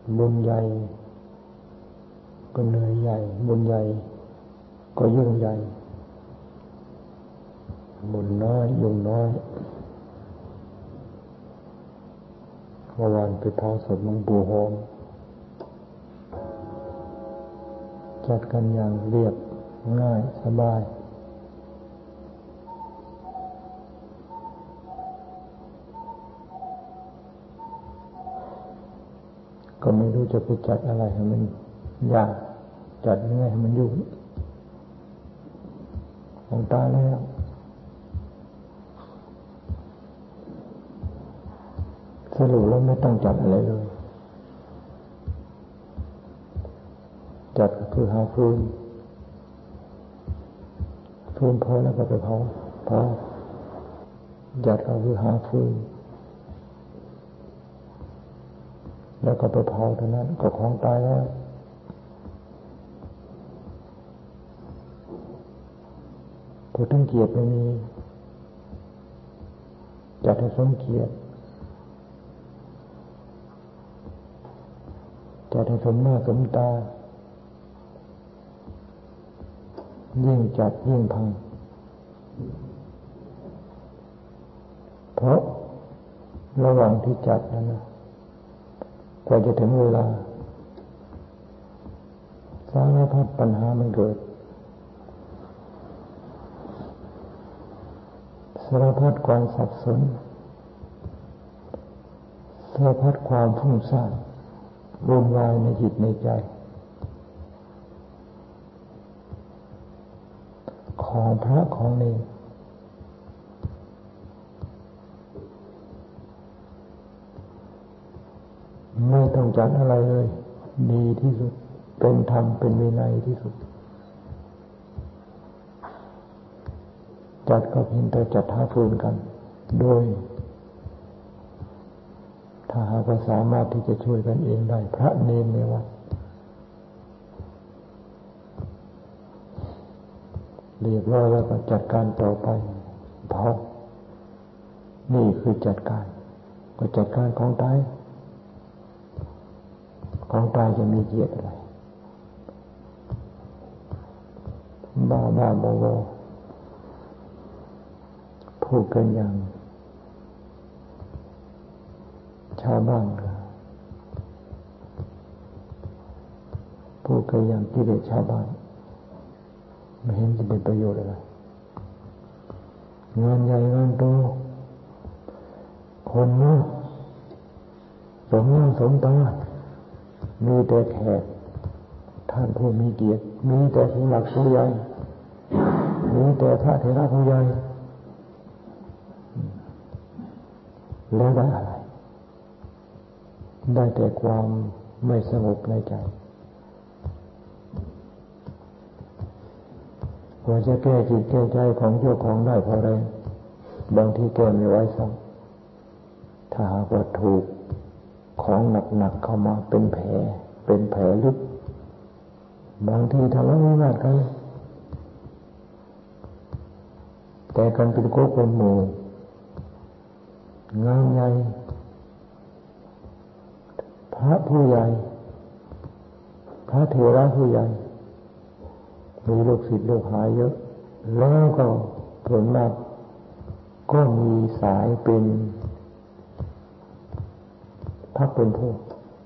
บุญใหญ่ก็เหนื่อยใหญ่บุญใหญ่ก็ยุ่งใหญ่บุญน้อยยุ่งน้อยเมื่อวานไปเผาศพหลวงปู่โฮมจัดกันอย่างเรียบง่ายสบายก็ไม่รู้จะไปจัดอะไรให้มันยากจัดยังไงให้มันยุ่งของตายแล้วสรุปแล้วไม่ต้องจัดอะไรเลยจัดก็คือหาฟืนพอแล้วก็ไปเผาจัดก็คือหาฟืนแล้วก็ไปเผาเท่านั้นก็ของตายแล้วผู้ทั้งเกียรติไม่มีจัดให้สมเกียรติจัดให้สมหน้าสมตายิ่งจัดยิ่งพังเพราะระหว่างที่จัดนั้นกว่าจะถึงเวลาสารพัดปัญหามันเกิดสารพัดความสับสนสารพัดความฟุ้งซ่านวุ่นวายในจิตในใจของพระของเนรไม่ต้องจัดอะไรเลยดีที่สุดเป็นธรรมเป็นวินัยที่สุดจัดก็เพียงแต่จัดหาฟืนกันโดยถ้าหากว่าสามารถที่จะช่วยกันเองได้พระเนรในวัดเรียบร้อยแล้วก็จัดการต่อไปเผานี่คือจัดการก็จัดการของตายจะมีเกียรติอะไรบ้าบอพูดกันอย่างชาวบ้านพูดกันอย่างกิเลสชาวบ้านไม่เห็นจะเป็นประโยชน์อะไรงานใหญ่งานโตคนนี้สมหน้าสมตามีแต่แขกท่านผู้มีเกียรติมีแต่ผู้หลักผู้ใหญ่มีแต่พระเถระผู้ใหญ่แล้วได้อะไรได้แต่ความไม่สงบในใจกว่าจะแก้จิตแก้ใจของเจ้าของได้พอแรงบางทีแก้ไม่ไหวซ้ำถ้าหากว่าถูกของหนักๆเข้ามาเป็นแผลลึกบางทีทะเลาะวิวาทกันแต่กันเป็นโก๊กเป็นหมู่งานใหญ่พระผู้ใหญ่พระเถระผู้ใหญ่มีลูกศิษย์ลูกหาเยอะแล้วก็ส่วนมากก็มีสายเป็นพักเป็นพวก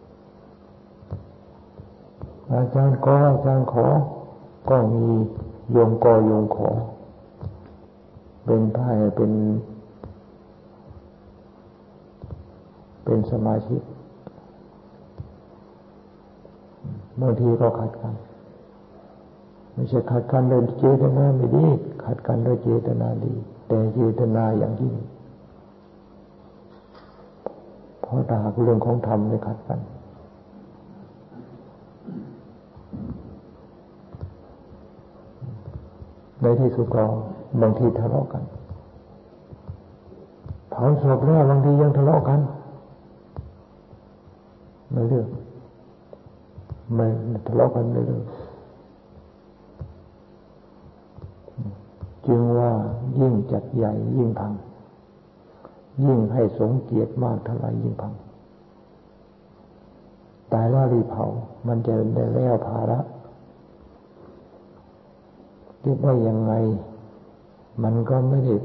อาจารย์กออาจารย์ขอก็มีโยมกอโยมขอเป็นพระเป็นสมาชิกบางทีก็ขัดกันไม่ใช่ขัดกันโดยเจตนาไม่ดีขัดกันโดยเจตนาดีแต่เจตนาอย่างยิ่งเพราะถ้าหากเรื่องของธรรมไม่ขัดกันในที่สุดก็บางทีทะเลาะกันเผาศพแล้วบางทียังทะเลาะกันไม่เรื่องไม่ทะเลาะกันไม่เรื่องจึงว่ายิ่งจัดใหญ่ยิ่งพังยิ่งให้สมเกียรติมากเท่าไรยิ่งพังตายแล้วรีบเผามันจะได้แล้วภาระเก็บไว้ยังไงมันก็ไม่ได้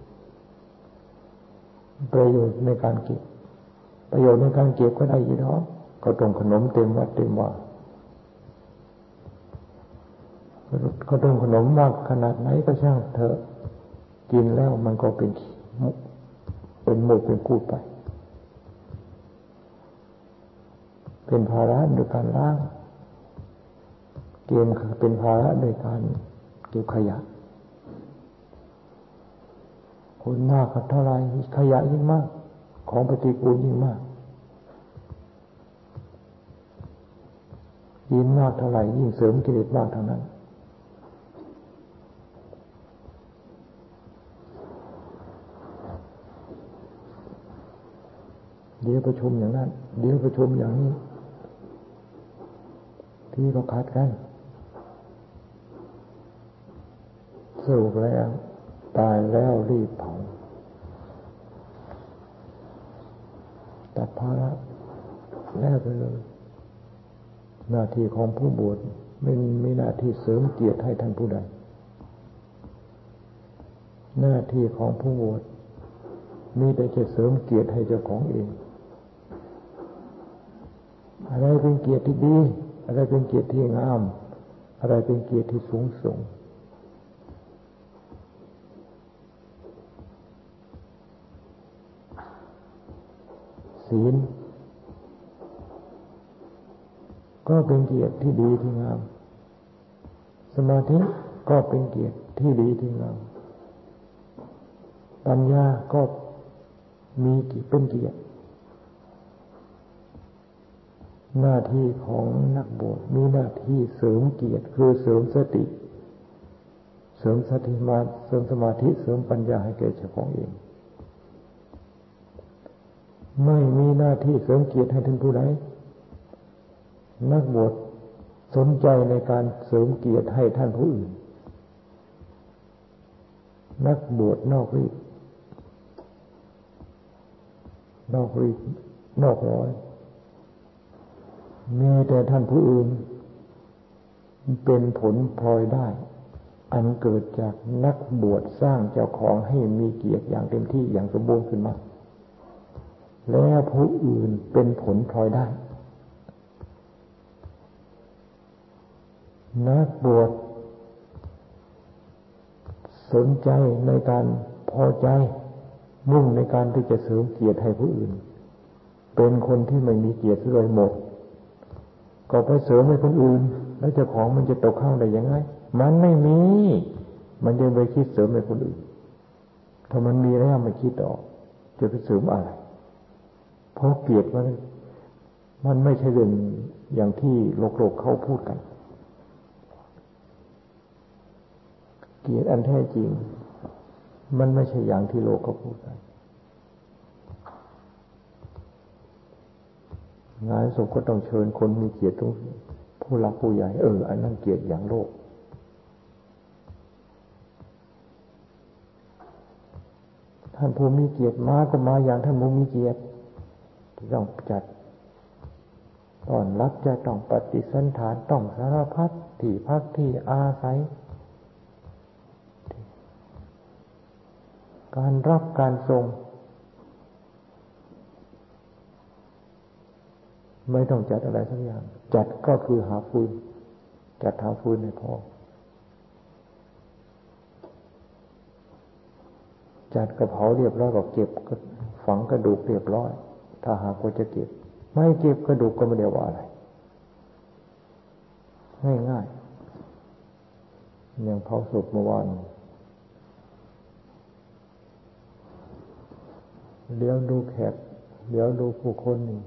ประโยชน์ในการเก็บประโยชน์ในการเก็บก็ได้อยู่เนาะก็ต้มขนมเต็มวัดเต็มว่าก็ต้มขนมมากขนาดไหนก็ช่างเถอะกินแล้วมันก็เป็นหมดเป็นกูดไปเป็นภาระโดยการล้างเกมเป็นภาระโดยการเก็บขยะคนมากเท่าไรขยะยิ่งมากของปฏิกูลยิ่งมากยินมากเท่าไรยิ่งเสริมกิเลสมากเท่านั้นเดี๋ยวประชุมอย่างนั้นเดี๋ยวประชุมอย่างนี้ที่ก็ขัดกันสรุปแล้วตายแล้วรีบเผาตัดภาระแล้วไปเลยหน้าที่ของผู้บวชไม่มีหน้าที่เสริมเกียรติให้ท่านผู้ใดหน้าที่ของผู้บวชมีแต่จะเสริมเกียรติให้เจ้าของเองอะไรเป็นเกียรติที่ดีอะไรเป็นเกียรติที่งามอะไรเป็นเกียรติที่สูงส่งศีลก็เป็นเกียรติที่ดีที่งามสมาธิก็เป็นเกียรติที่ดีที่งามปัญญาก็มีเป็นเกียรติหน้าที่ของนักบวชมีหน้าที่เสริมเกียรติคือเสริมสติเสริมสติมาเสริมสมาธิเสริมปัญญาให้แก่เจ้าของเองไม่มีหน้าที่เสริมเกียรติให้ท่านผู้ใดนักบวชสนใจในการเสริมเกียรติให้ท่านผู้อื่นนักบวชนอกรีดนอกร้อยมีแต่ท่านผู้อื่นเป็นผลพลอยได้อันเกิดจากนักบวชสร้างเจ้าของให้มีเกียรติอย่างเต็มที่อย่างสมบูรณ์ขึ้นมาแล้วผู้อื่นเป็นผลพลอยได้นักบวชสนใจในการพอใจมุ่งในการที่จะเสริมเกียรติให้ผู้อื่นเป็นคนที่ไม่มีเกียรติเลยหมดก็ไปเสริมให้คนอื่นแล้วเจ้าของมันจะตกข้างได้ยังไงมันไม่มีมันยังไปคิดเสริมให้คนอื่นถ้ามันมีแล้วไม่คิดออกจะไปเสริมอะไรเพราะเกียรติมันไม่ใช่เรื่องอย่างที่โลกเขาพูดกันเกียรติอันแท้จริงมันไม่ใช่อย่างที่โลกเขาพูดกันงานศพก็ต้องเชิญคนมีเกียรติผู้หลักผู้ใหญ่อันนั้นเกียรติอย่างโลกท่านผู้มีเกียรติมาก็มาอย่างท่านผู้มีเกียรติต้องจัดต้อนรับจะต้องปฏิสันถานต้องสารพัดที่พักที่อาศัยการรับการส่งไม่ต้องจัดอะไรสักอย่างจัดก็คือหาฟืนจัดหาฟืนให้พอจัดกระเผาเรียบร้อยก็เก็บฝังกระดูกเรียบร้อยถ้าหากว่าจะเก็บไม่เก็บกระดูกก็ไม่ได้ว่าอะไรง่ายๆอย่างเผาศพเมื่อวานเดี๋ยวดูแขกเดี๋ยวดูผู้คนนี่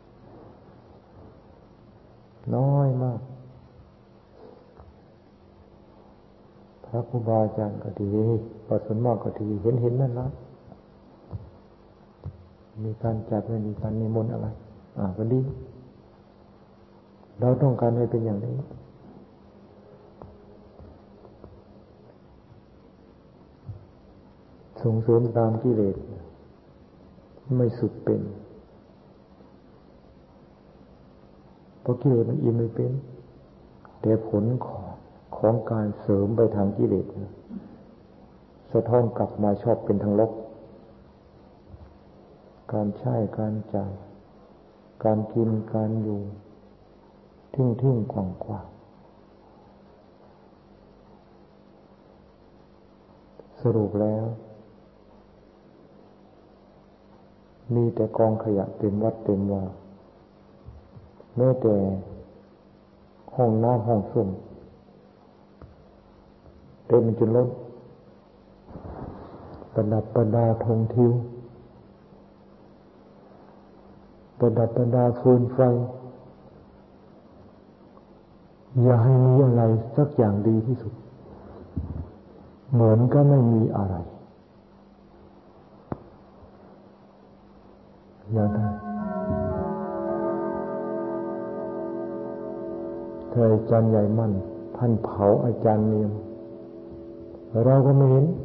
น้อยมากพระครูบาอาจารย์ก็ดีประสนมากก็ดีเห็นนั่นนะมีการจัดไม่มีการนิมนต์อะไรก็ดีเราต้องการให้เป็นอย่างนี้ส่งเสริมตามกิเลสไม่สุดเป็นเพราะกิเลสมันอิ่มไม่เป็นแต่ผลของการเสริมไปทางกิเลสสะท้อนกลับมาชอบเป็นทางลบการใช้การจ่ายการกินการอยู่ทิ้งกว่างสรุปแล้วมีแต่กองขยะเต็มวัดเต็มวาแม้แต่ห้องน้ำห้องส้วมเต็มจนล้นประดับประดาธงทิวประดับประดาฟืนไฟอย่าให้มีอะไรสักอย่างดีที่สุดเหมือนก็ไม่มีอะไรอย่าได้ถ้าอาจารย์ใหญ่มั่นท่านเผาอาจารย์เนียมเราก็ไม่เห็น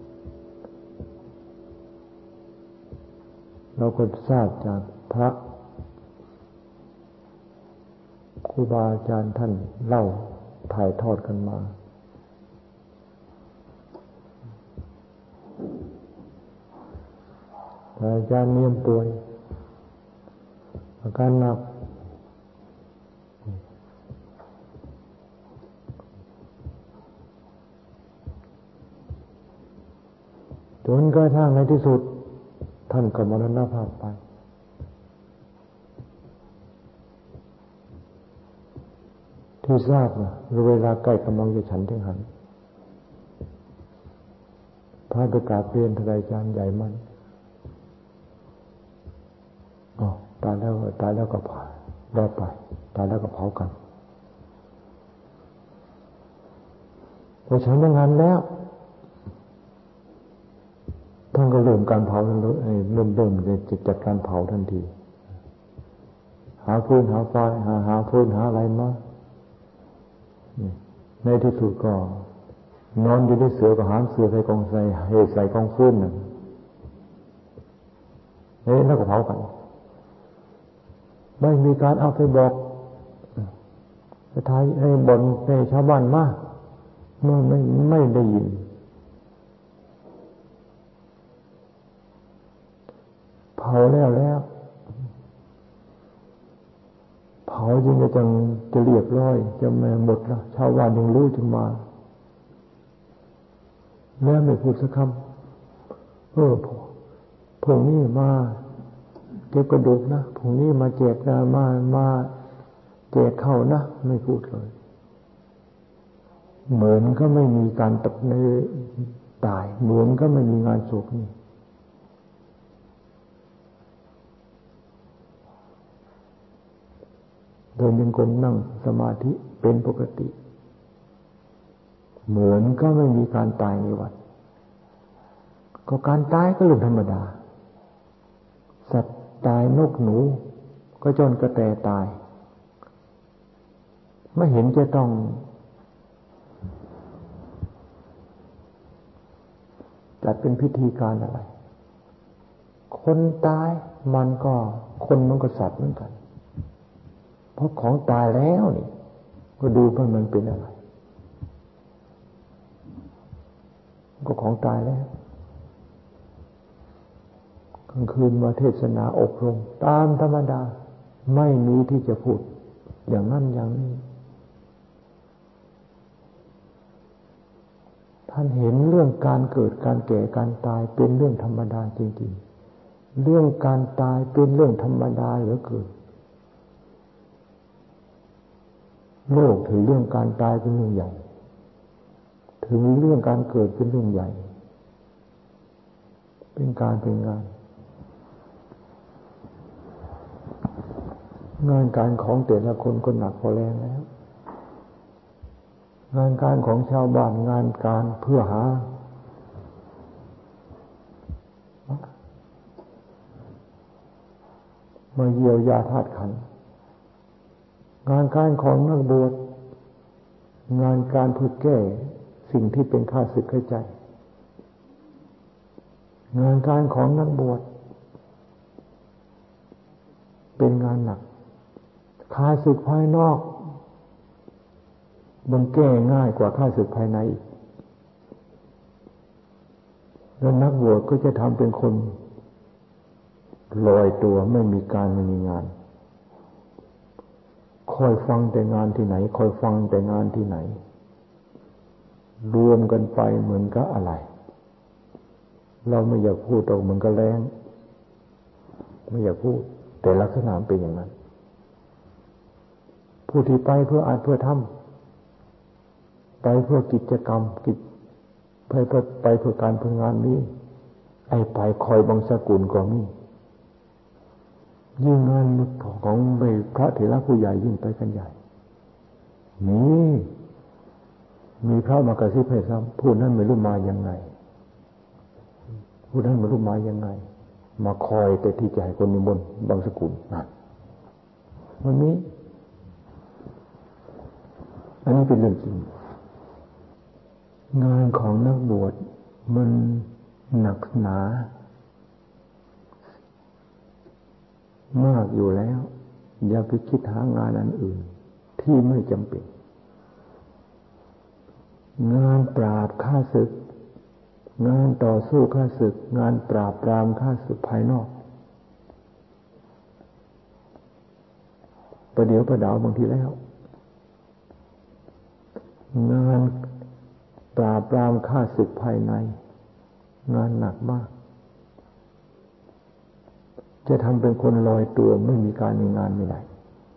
เราก็ทราบจากพระครูบาอาจารย์ท่านเล่าถ่ายทอดกันมาอาจารย์เนียมป่วยอาการหนักจนกระทั่งในที่สุดท่านก็มรณภาพไปที่ทราบนะเวลาใกล้กำลังจะฉันถึงหันพระประกาศเรียนท่านอาจารย์ใหญ่มั่นตายแล้วก็เผาได้ไปตายแล้วก็เผากันพอฉันถึงหันแล้วท่านก็เริ่มการเผาเริ่มเลยจัดการเผาทันทีหาฟืนหาไฟหาฟืนหาอะไรมาในที่สุดก็นอนอยู่ในเสือก็หามเสือใส่กองใส่กองฟืนน่ะแล้วก็เผากันไม่มีการเอาไปบอกไปทายให้บ่นให้ชาวบ้านมากไม่ได้ยินเผาแล้วเผาจริงจะเรียบร้อยจะไม่หมดแล้วชาวบ้านยังรู้ถึงมาแล้วไม่พูดสักคำพวกนี้มาเก็บกระดูกนะพวกนี้มาแจกมาแจกเข้านะไม่พูดเลยเหมือนก็ไม่มีการตัดเนื้อตายเหมือนก็ไม่มีงานศพนี่เดินยังกรมนั่งสมาธิเป็นปกติเหมือนก็ไม่มีการตายในวัดก็การตายก็เรื่องธรรมดาสัตว์ตายนกหนูก็จนกระแตตายไม่เห็นจะต้องจัดเป็นพิธีการอะไรคนตายมันก็คนมันก็สัตว์เหมือนกันเพราะของตายแล้วนี่ก็ดูว่ามันเป็นอะไรก็ของตายแล้วกลางคืนมาเทศนาอบรมตามธรรมดาไม่มีที่จะพูดอย่างนั้นอย่างนี้ท่านเห็นเรื่องการเกิดการแก่การตายเป็นเรื่องธรรมดาจริงๆเรื่องการตายเป็นเรื่องธรรมดาเหลือเกินโลกถือเรื่องการตายเป็นเรื่องใหญ่ถึงเรื่องการเกิดเป็นเรื่องใหญ่เป็นงานการของแต่ละคนก็หนักพอแรงแล้วงานการของชาวบ้านงานการเพื่อหามาเยียวยาธาตุขันธ์งานการของนักบวชงานการเพื่อแก้สิ่งที่เป็นข้าศึกข้าใจงานการของนักบวชเป็นงานหนักข้าศึกภายนอกมันแก้ง่ายกว่าข้าศึกภายในอีกแล้วนักบวชก็จะทำเป็นคนลอยตัวไม่มีการไม่มีงานคอยฟังแต่งานที่ไหนคอยฟังแต่งานที่ไหนรวมกันไปเหมือนกับอะไรเราไม่อยากพูดตรงเหมือนกับแรงไม่อยากพูดแต่ลักษณะเป็นอย่างนั้นผู้ที่ไปเพื่ออ่านเพื่อทำไปเพื่อกิจกรรมไปเพื่อการเพื่องานนี้ไอ้ไปคอยบังสกุลก็มียิ่งงานของพระเถระผู้ใหญ่ยิ่งไปกันใหญ่มีพระมากระซิบให้ซ้ำผู้นั้นไม่รู้มายังไงผู้นั้นไม่รู้มายังไงมาคอยแต่ที่จะให้คนนิมนต์บังสกุลนั่นวันนี้อันนี้เป็นเรื่องจริงงานของนักบวชมันหนักหนามากอยู่แล้วอย่าไปคิดหางานอันอื่นที่ไม่จำเป็นงานปราบข้าศึกงานต่อสู้ข้าศึกงานปราบปรามข้าศึกภายนอกประเดี๋ยวประดาวบางทีแล้วงานปราบปรามข้าศึกภายในงานหนักมากจะทำเป็นคนลอยตัวไม่มีการมีงานไม่ได้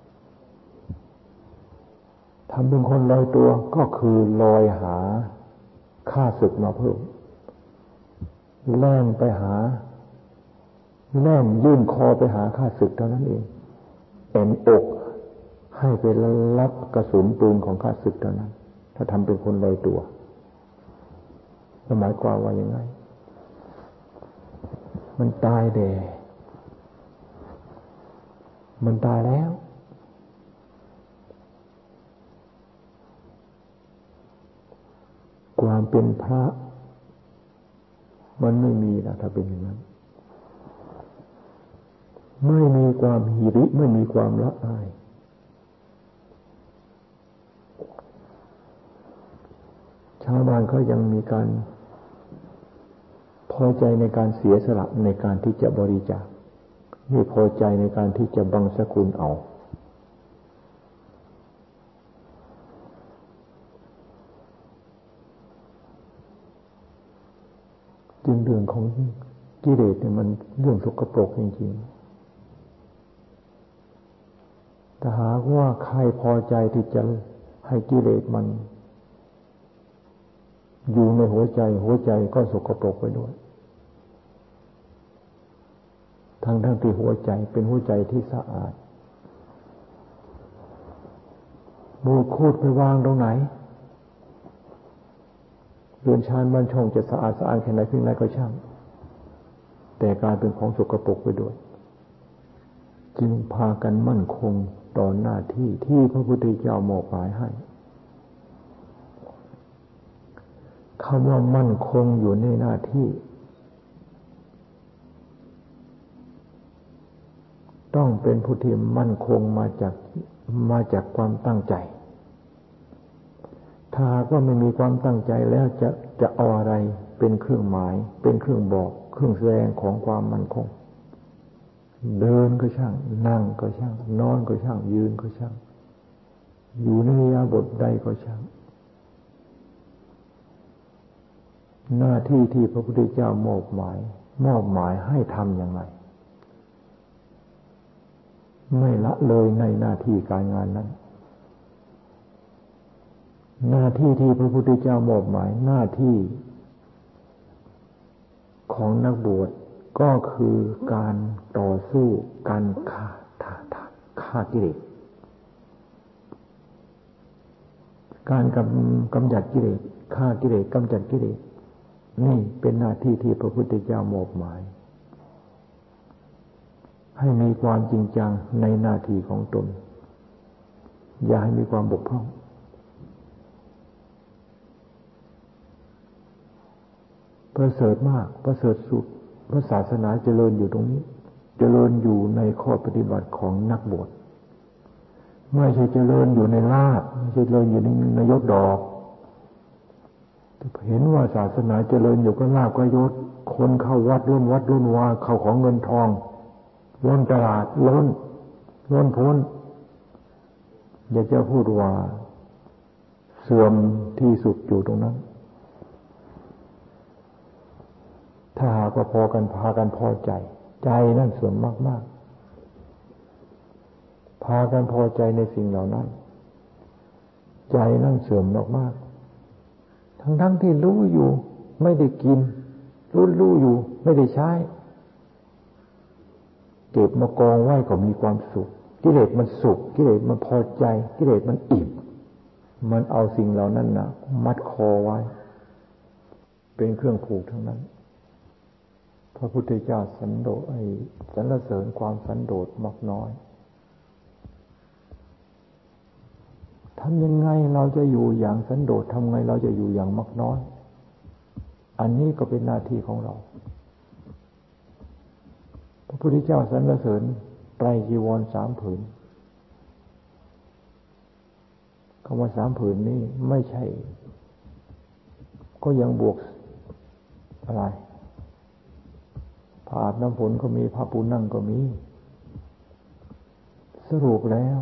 ทำเป็นคนลอยตัวก็คือลอยหาข้าศึกมาเพิ่มแล่นไปหาแล่นยื่นคอไปหาข้าศึกเท่านั้นเองเอ็นอกให้ไปรับกระสุนปืนของข้าศึกเท่านั้นถ้าทำเป็นคนลอยตัวหมายความว่ายังไงมันตายมันตายแล้วความเป็นพระมันไม่มีนะถ้าเป็นอย่างนั้นไม่มีความหิริไม่มีความละอายชาวบ้านเขายังมีการพอใจในการเสียสละในการที่จะบริจาคไม่พอใจในการที่จะบังสกุลเอาจึงเรื่องของกิเลสเนี่ยมันเรื่องสกปรกจริงๆแต่หากว่าใครพอใจที่จะให้กิเลสมันอยู่ในหัวใจก็สกปรกไปด้วยทั้งที่หัวใจเป็นหัวใจที่สะอาดบูคูดไปวางตรงไหนเรือนชานบ้านช่องจะสะอาดแค่ไหนเพียงไรก็ช่างแต่กลายเป็นของสกปรกไปด้วยจึงพากันมั่นคงต่อหน้าที่ที่พระพุทธเจ้ามอบหมายให้คำว่ามั่นคงอยู่ในหน้าที่ต้องเป็นผู้ที่มั่นคงมาจากความตั้งใจถ้าว่าไม่มีความตั้งใจแล้วจะเอาอะไรเป็นเครื่องหมายเป็นเครื่องบอกเครื่องแสดงของความมั่นคงเดินก็ช่างนั่งก็ช่างนอนก็ช่างยืนก็ช่างอยู่ในอิริยาบถใดก็ช่างหน้าที่ที่พระพุทธเจ้ามอบหมายให้ทำอย่างไรไม่ละเลยในหน้าที่การงานนั้นหน้าที่ที่พระพุทธเจ้ามอบหมายหน้าที่ของนักบวชก็คือการต่อสู้การฆ่ากิเลสการกำจัดกิเลสฆ่ากิเลสกำจัดกิเลสนี่เป็นหน้าที่ที่พระพุทธเจ้ามอบหมายให้มีความจริงจังในหน้าที่ของตนอย่าให้มีความบกพร่องประเสริฐมากประเสริฐสุดพระศาสนาเจริญอยู่ตรงนี้เจริญอยู่ในข้อปฏิบัติของนักบวชไม่ใช่เจริญอยู่ในลาภไม่ใช่เจริญอยู่ในยศดอกเห็นว่าศาสนาเจริญอยู่ก็ลาภก็ยศคนเข้าวัดล้นวัดล้นวาเข้าของเงินทองล้นตลาดล้นพ้นอยากจะพูดว่าเสื่อมที่สุดอยู่ตรงนั้นถ้าหากว่าพากันพอใจใจนั่นเสื่อมมากๆพากันพอใจในสิ่งเหล่านั้นใจนั่นเสื่อมมากๆทั้งที่รู้อยู่ไม่ได้กินรู้อยู่ไม่ได้ใช้เก็บมากองไว้ก็มีความสุขกิเลสมันสุขกิเลสมันพอใจกิเลสมันอิ่มมันเอาสิ่งเหล่านั้นนะมัดคอไว้เป็นเครื่องผูกทั้งนั้นพระพุทธเจ้าสรรเสริญความสันโดษมากน้อยทำยังไงเราจะอยู่อย่างสันโดษทำไงเราจะอยู่อย่างมากน้อยอันนี้ก็เป็นหน้าที่ของเราพระพุทธเจ้าสรรเสริญไตรจีวร3 ผืนคำว่า3 ผืนนี้ไม่ใช่ก็ยังบวกอะไรผ้าอาบน้ำฝนก็มีผ้าปูนั่งก็มีสรุปแล้ว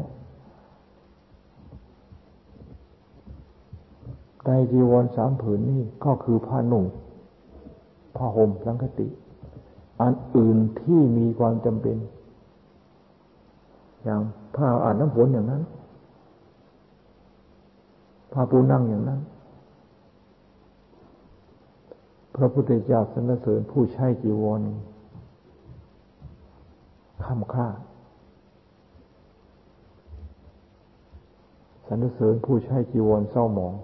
ไตรจีวร3 ผืนนี้ก็คือผ้านุ่งผ้าห่มสังฆติอันอื่นที่มีความจำเป็นอย่างผ้าอาบน้ำฝนอย่างนั้นผ้าปูนั่งอย่างนั้นพระพุทธเจ้าสรรเสริญผู้ใช้จีวรค่ำค่าสรรเสริญผู้ใช้จีวรเศร้าหมอง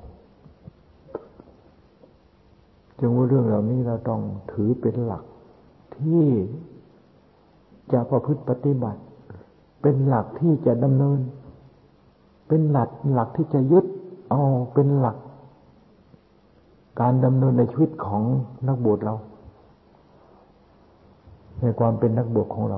จึงว่าเรื่องเหล่านี้เราต้องถือเป็นหลักที่จะประพฤติปฏิบัติเป็นหลักที่จะดำเนินเป็นหลักที่จะยึดเอาเป็นหลักการดำเนินในชีวิตของนักบวชเราในความเป็นนักบวชของเรา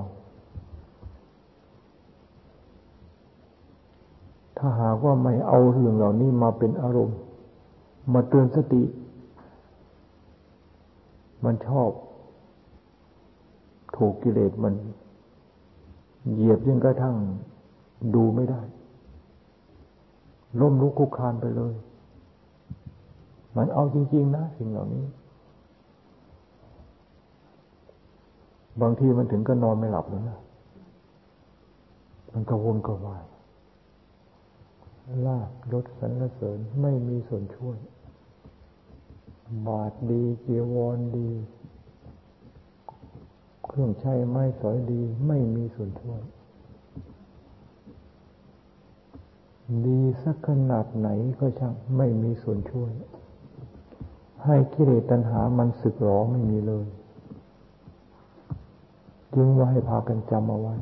ถ้าหากว่าไม่เอาเรื่องเหล่านี้มาเป็นอารมณ์มาเตือนสติมันชอบถูกกิเลสมันเหยียบจนกระทั่งดูไม่ได้ล้มลุกคลุกคลานไปเลยมันเอาจริงๆนะสิ่งเหล่านี้บางทีมันถึงก็นอนไม่หลับเลยนะมันกระวนกระวายลาภยศสรรเสริญไม่มีส่วนช่วยบาทดีจีวรดีเครื่องใช้ไม้สอยดีไม่มีส่วนช่วยดีสักขนาดไหนก็ช่างไม่มีส่วนช่วยให้กิเลสตัณหามันสึกหรอไม่มีเลยจึงว่าให้พากันจำเอาไว้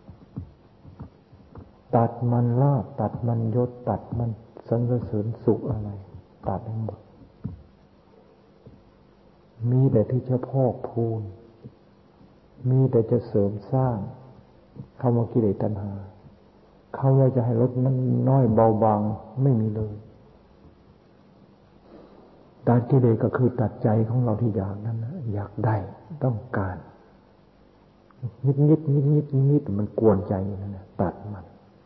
ตัดมันลาภตัดมันยศตัดมันสรรเสริญสุขอะไรตัดทั้งหมดมีแต่ที่จะพอกพูนมีแต่จะเสริมสร้างคำว่ากิเลสตัณหาคำว่าจะให้ลดนั้นน้อยเบาบางไม่มีเลยตัดกิเลสก็คือตัดใจของเราที่อยากนั้นนะอยากได้ต้องการนิดมันกวนใจนั่นนะตัดมัน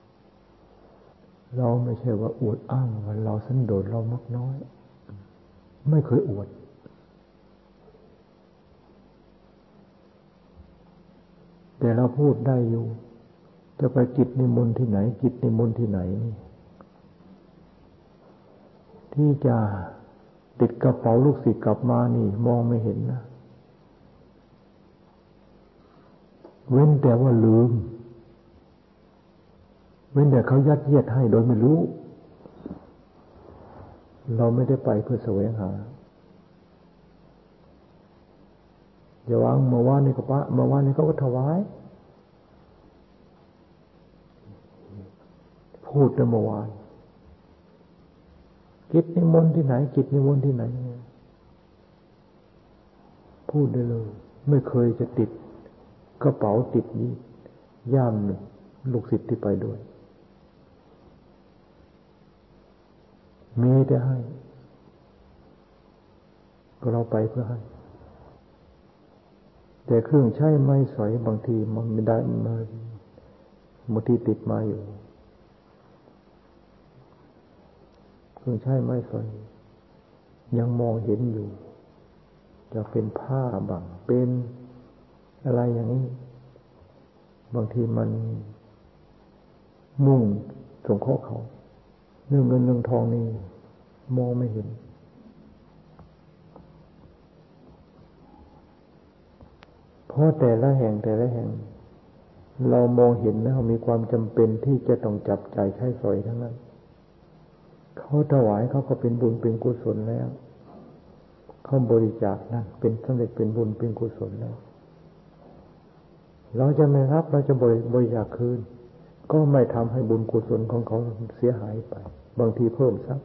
เราไม่ใช่ว่าอวดอ้างว่าเราสันโดษเรามักน้อยไม่เคยอวดแต่เราพูดได้อยู่จะไปกิจนิมนต์ที่ไหนกิจนิมนต์ที่ไหนนี่ที่จะติดกระเป๋าลูกศิษย์กลับมานี่มองไม่เห็นนะเว้นแต่ว่าลืมเว้นแต่เขายัดเยียดให้โดยไม่รู้เราไม่ได้ไปเพื่อแสวงหาอย่าวางเมื่อวานนี้ก็เมื่อวานนี้เขาก็ถวายพูดแต่เมื่อวานกิจนิมนต์ที่ไหนกิจนิมนต์ที่ไหนพูดได้เลยไม่เคยจะติดกระเป๋าติดย่ามลูกศิษย์ที่ไปด้วยมีแต่ให้ก็เราไปเพื่อให้แต่เครื่องใช้ไม้สอยบางทีมันไม่ได้มาบางทีติดมาอยู่เครื่องใช้ไม้สอยยังมองเห็นอยู่จะเป็นผ้าบังเป็นอะไรอย่างนี้บางทีมันนุ่งสงเคราะห์เขาเรื่องเงินเรื่องทองนี่มองไม่เห็นเพราะแต่ละแห่งเรามองเห็นแล้วมีความจำเป็นที่จะต้องจับจ่ายใช้สอยทั้งนั้นเขาถวายเขาก็เป็นบุญเป็นกุศลแล้วเขาบริจาคนั่นเป็นสำเร็จเป็นบุญเป็นกุศลแล้วเราจะไม่รับเราจะบริจาคคืนก็ไม่ทำให้บุญกุศลของเขาเสียหายไปบางทีเพิ่มซับ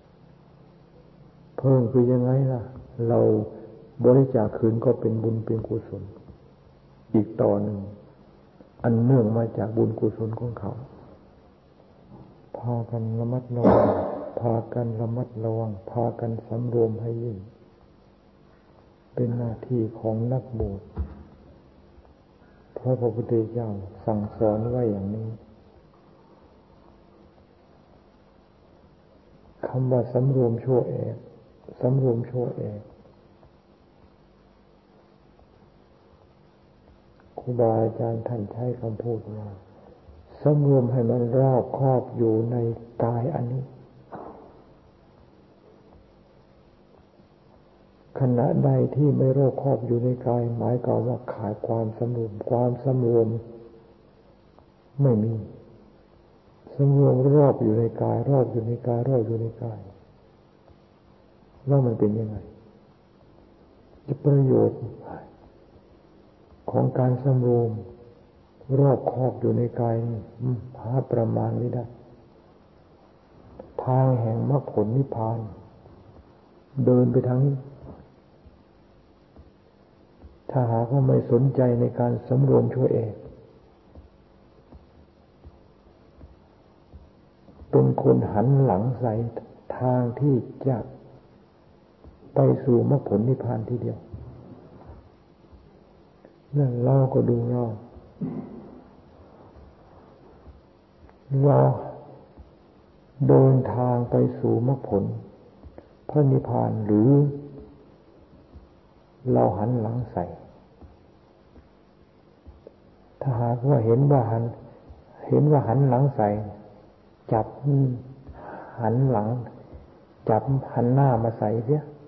เพิ่มคือยังไงล่ะเราบริจาคคืนก็เป็นบุญเป็นกุศลอีกต่อหนึ่งอันเนื่องมาจากบุญกุศลของเขาพากันระมัดระวังพากันระมัดระวังพากันสำรวมให้ยิ่งเป็นหน้าที่ของนักบวชเพราะพระพุทธเจ้าสั่งสอนไว้อย่างนี้คำว่าสำรวมชั่วเอกสำรวมชั่วเอกครูบาอาจารย์ท่านใช้คำพูดว่าสำรวมให้มันรอบครอบอยู่ในกายอันนี้ขณะใดที่ไม่รอบครอบอยู่ในกายหมายความว่าขาดความสำรวมความสำรวมไม่มีสำรวมรอบอยู่ในกายรอบอยู่ในกายรอบอยู่ในกายแล้วมันเป็นยังไงจะประโยชน์ของการสำรวมรอบครอบอยู่ในกายนี่หาประมาณไม่ได้ทางแห่งมรรคผลนิพพานเดินไปทางนี้ถ้าหากว่าไม่สนใจในการสำรวมชั่วเอกเป็นคนหันหลังใส่ทางที่จะไปสู่มรรคผลนิพพานทีเดียวนั่นเราก็ดูเราเดินทางไปสู่มรรคผลพระนิพพานหรือเราหันหลังใส่ถ้าหากว่าเห็นว่าหันหลังใส่จับหันหลังจับหันหน้ามาใส่เสีย